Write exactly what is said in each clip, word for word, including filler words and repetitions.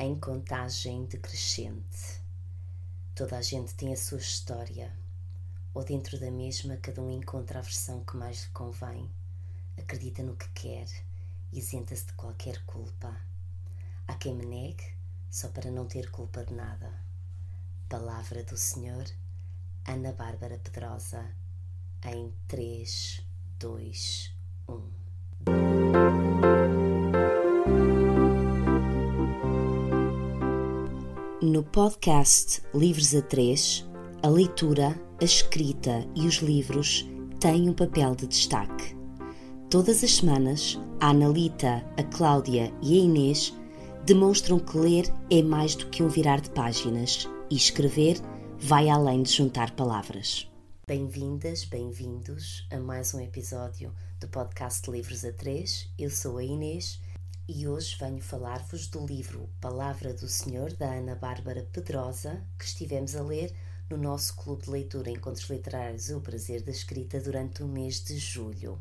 em contagem decrescente. Toda a gente tem a sua história, ou dentro da mesma cada um encontra a versão que mais lhe convém, acredita no que quer e isenta-se de qualquer culpa. Há quem me negue só para não ter culpa de nada. Palavra do Senhor, Ana Bárbara Pedrosa, em três, dois, um. No podcast Livros a Três, a leitura, a escrita e os livros têm um papel de destaque. Todas as semanas, a Analita, a Cláudia e a Inês demonstram que ler é mais do que um virar de páginas e escrever vai além de juntar palavras. Bem-vindas, bem-vindos a mais um episódio do podcast Livros a Três. Eu sou a Inês e hoje venho falar-vos do livro Palavra do Senhor, da Ana Bárbara Pedrosa, que estivemos a ler no nosso clube de leitura Encontros Literários O Prazer da Escrita durante o mês de julho.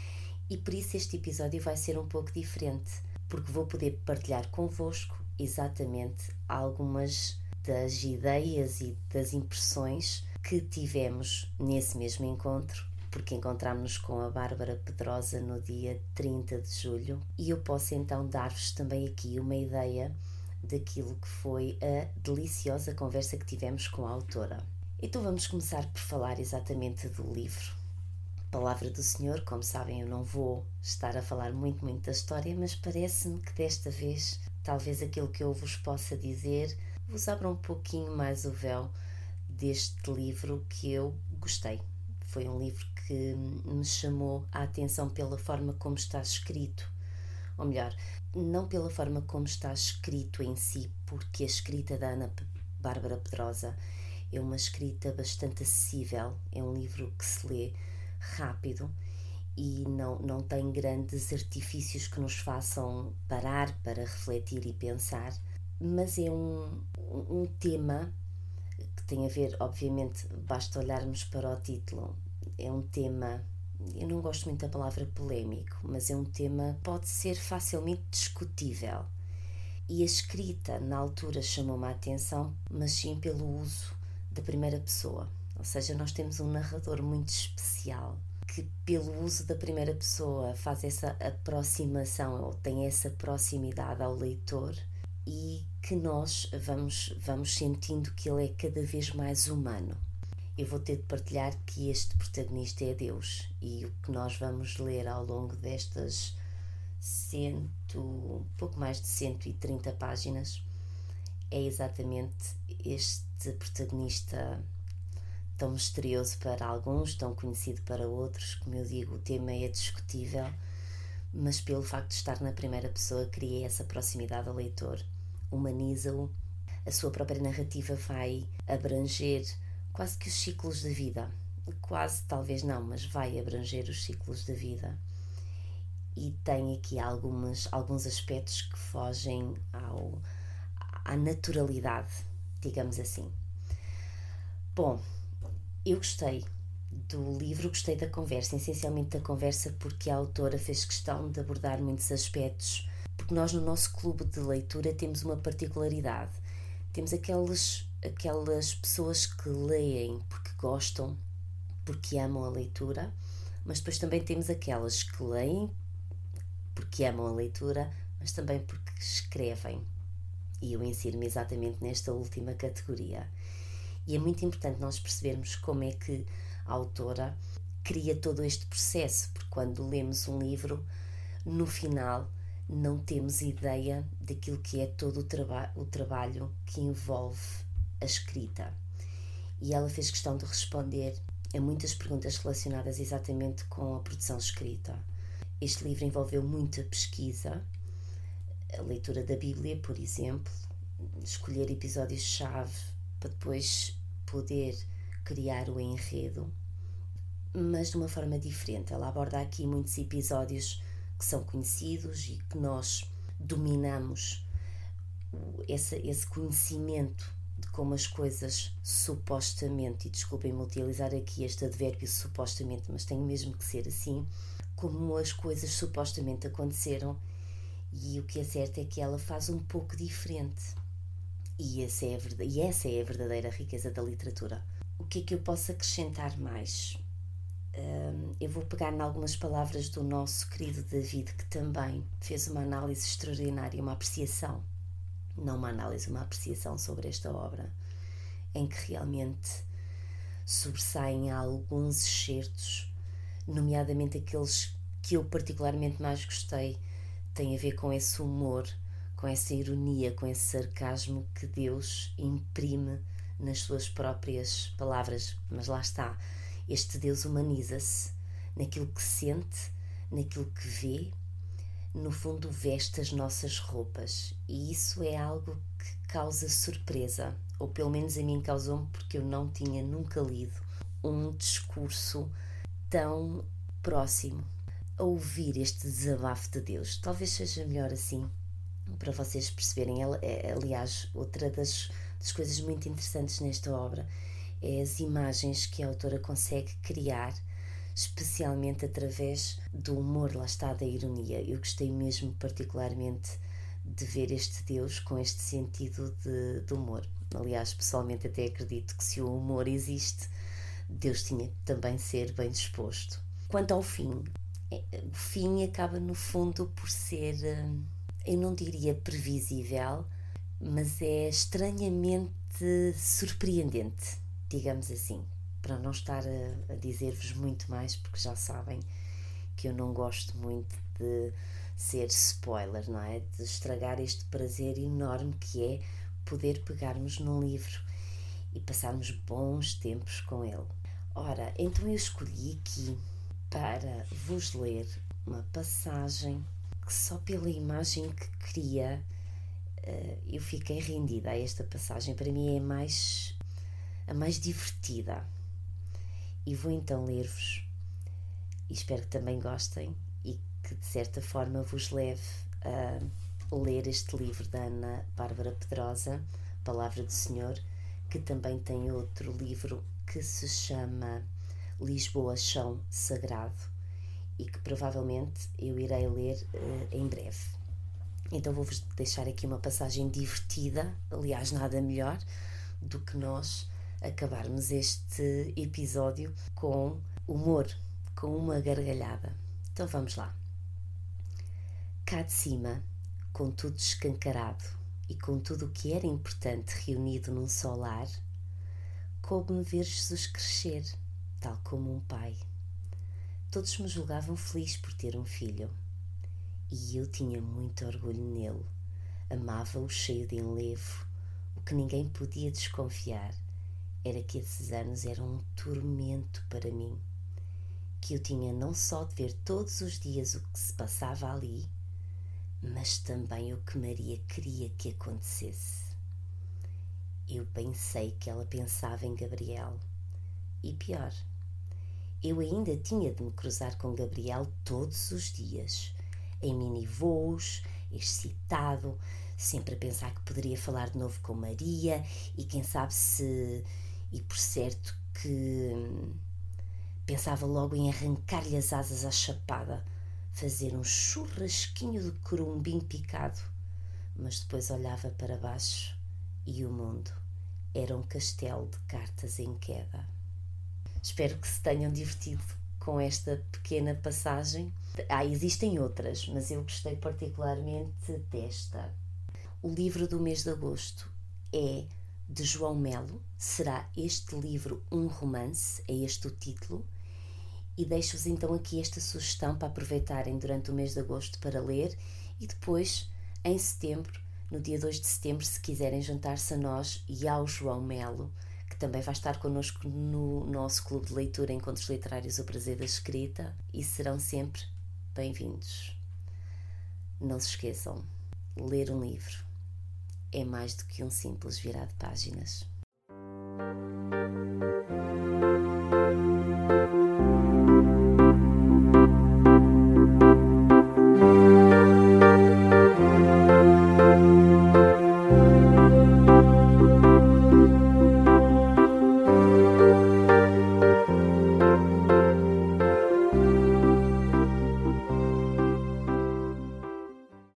E por isso este episódio vai ser um pouco diferente, porque vou poder partilhar convosco exatamente algumas das ideias e das impressões que tivemos nesse mesmo encontro, porque encontrámos-nos com a Bárbara Pedrosa no dia trinta de julho, e eu posso então dar-vos também aqui uma ideia daquilo que foi a deliciosa conversa que tivemos com a autora. Então vamos começar por falar exatamente do livro. Palavra do Senhor, como sabem, eu não vou estar a falar muito, muito da história, mas parece-me que desta vez, talvez aquilo que eu vos possa dizer vos abra um pouquinho mais o véu deste livro que eu gostei. Foi um livro que me chamou a atenção pela forma como está escrito, ou melhor, não pela forma como está escrito em si, porque a escrita da Ana Bárbara Pedrosa é uma escrita bastante acessível, é um livro que se lê rápido e não, não tem grandes artifícios que nos façam parar para refletir e pensar, mas é um, um tema que tem a ver, obviamente, basta olharmos para o título, é um tema, eu não gosto muito da palavra polémico, mas é um tema que pode ser facilmente discutível. E a escrita, na altura, chamou-me a atenção, mas sim pelo uso da primeira pessoa. Ou seja, nós temos um narrador muito especial que, pelo uso da primeira pessoa, faz essa aproximação ou tem essa proximidade ao leitor e que nós vamos, vamos sentindo que ele é cada vez mais humano. Eu vou ter de partilhar que este protagonista é Deus, e o que nós vamos ler ao longo destas cento, um pouco mais de cento e trinta páginas é exatamente este protagonista tão misterioso para alguns, tão conhecido para outros. Como eu digo, o tema é discutível, mas pelo facto de estar na primeira pessoa cria essa proximidade ao leitor, humaniza-o. A sua própria narrativa vai abranger quase que os ciclos da vida, quase, talvez não, mas vai abranger os ciclos da vida, e tem aqui algumas, alguns aspectos que fogem ao, à naturalidade, digamos assim. Bom, eu gostei do livro, gostei da conversa, essencialmente da conversa, porque a autora fez questão de abordar muitos aspectos, porque nós no nosso clube de leitura temos uma particularidade, temos aquelas, aquelas pessoas que leem porque gostam, porque amam a leitura, mas depois também temos aquelas que leem porque amam a leitura, mas também porque escrevem, e eu insiro-me exatamente nesta última categoria. E é muito importante nós percebermos como é que a autora cria todo este processo, porque quando lemos um livro, no final não temos ideia daquilo que é todo o, traba- o trabalho que envolve a escrita. E ela fez questão de responder a muitas perguntas relacionadas exatamente com a produção escrita. Este livro envolveu muita pesquisa, a leitura da Bíblia, por exemplo, escolher episódios-chave para depois poder criar o enredo, mas de uma forma diferente. Ela aborda aqui muitos episódios que são conhecidos e que nós dominamos, esse, esse conhecimento de como as coisas supostamente, e desculpem-me utilizar aqui este advérbio supostamente, mas tem mesmo que ser assim, como as coisas supostamente aconteceram, E o que é certo é que ela faz um pouco diferente. E essa é a, verdade, e essa é a verdadeira riqueza da literatura. O que é que eu posso acrescentar mais? Um, eu vou pegar em algumas palavras do nosso querido David, que também fez uma análise extraordinária, uma apreciação, não uma análise, uma apreciação sobre esta obra, em que realmente sobressaem alguns excertos, nomeadamente aqueles que eu particularmente mais gostei, têm a ver com esse humor, com essa ironia, com esse sarcasmo que Deus imprime nas suas próprias palavras. Mas lá está, este Deus humaniza-se naquilo que sente, naquilo que vê, no fundo veste as nossas roupas, e isso é algo que causa surpresa, ou pelo menos a mim causou-me, porque eu não tinha nunca lido um discurso tão próximo a ouvir este desabafo de Deus. Talvez seja melhor assim, para vocês perceberem. Aliás, outra das, das coisas muito interessantes nesta obra é as imagens que a autora consegue criar, especialmente através do humor, lá está, da ironia. Eu gostei mesmo particularmente de ver este Deus com este sentido de, de humor. Aliás, pessoalmente até acredito que se o humor existe, Deus tinha que também ser bem disposto. Quanto ao fim, o fim acaba no fundo por ser, eu não diria previsível, mas é estranhamente surpreendente, digamos assim, para não estar a, a dizer-vos muito mais, porque já sabem que eu não gosto muito de ser spoiler, não é? De estragar este prazer enorme que é poder pegarmos num livro e passarmos bons tempos com ele. Ora, então eu escolhi aqui para vos ler uma passagem que só pela imagem que cria eu fiquei rendida a esta passagem. Para mim é a mais, a mais divertida. E vou então ler-vos, e espero que também gostem e que de certa forma vos leve a ler este livro da Ana Bárbara Pedrosa, Palavra do Senhor, que também tem outro livro que se chama Lisboa, Chão Sagrado, e que provavelmente eu irei ler uh, em breve. Então vou-vos deixar aqui uma passagem divertida, aliás nada melhor do que nós acabarmos este episódio com humor, com uma gargalhada. Então vamos lá. Cá de cima, com tudo escancarado e com tudo o que era importante reunido num só lar, coube-me ver Jesus crescer, tal como um pai. Todos me julgavam feliz por ter um filho, e eu tinha muito orgulho nele. Amava-o cheio de enlevo. O que ninguém podia desconfiar era que esses anos eram um tormento para mim, que eu tinha não só de ver todos os dias o que se passava ali, mas também o que Maria queria que acontecesse. Eu bem sei que ela pensava em Gabriel, e pior, eu ainda tinha de me cruzar com Gabriel todos os dias, em mini-voos, excitado, sempre a pensar que poderia falar de novo com Maria, e quem sabe se... E por certo que pensava logo em arrancar-lhe as asas à chapada, fazer um churrasquinho de corumbim picado, mas depois olhava para baixo e o mundo era um castelo de cartas em queda. Espero que se tenham divertido com esta pequena passagem. Ah, existem outras, mas eu gostei particularmente desta. O livro do mês de agosto é de João Melo. Será este livro um romance? É este o título. E deixo-vos então aqui esta sugestão para aproveitarem durante o mês de agosto para ler, e depois, em setembro, no dia dois de setembro, se quiserem juntar-se a nós e ao João Melo, que também vai estar connosco no nosso clube de leitura Encontros Literários O Prazer da Escrita, e serão sempre bem-vindos. Não se esqueçam, ler um livro é mais do que um simples virar de páginas.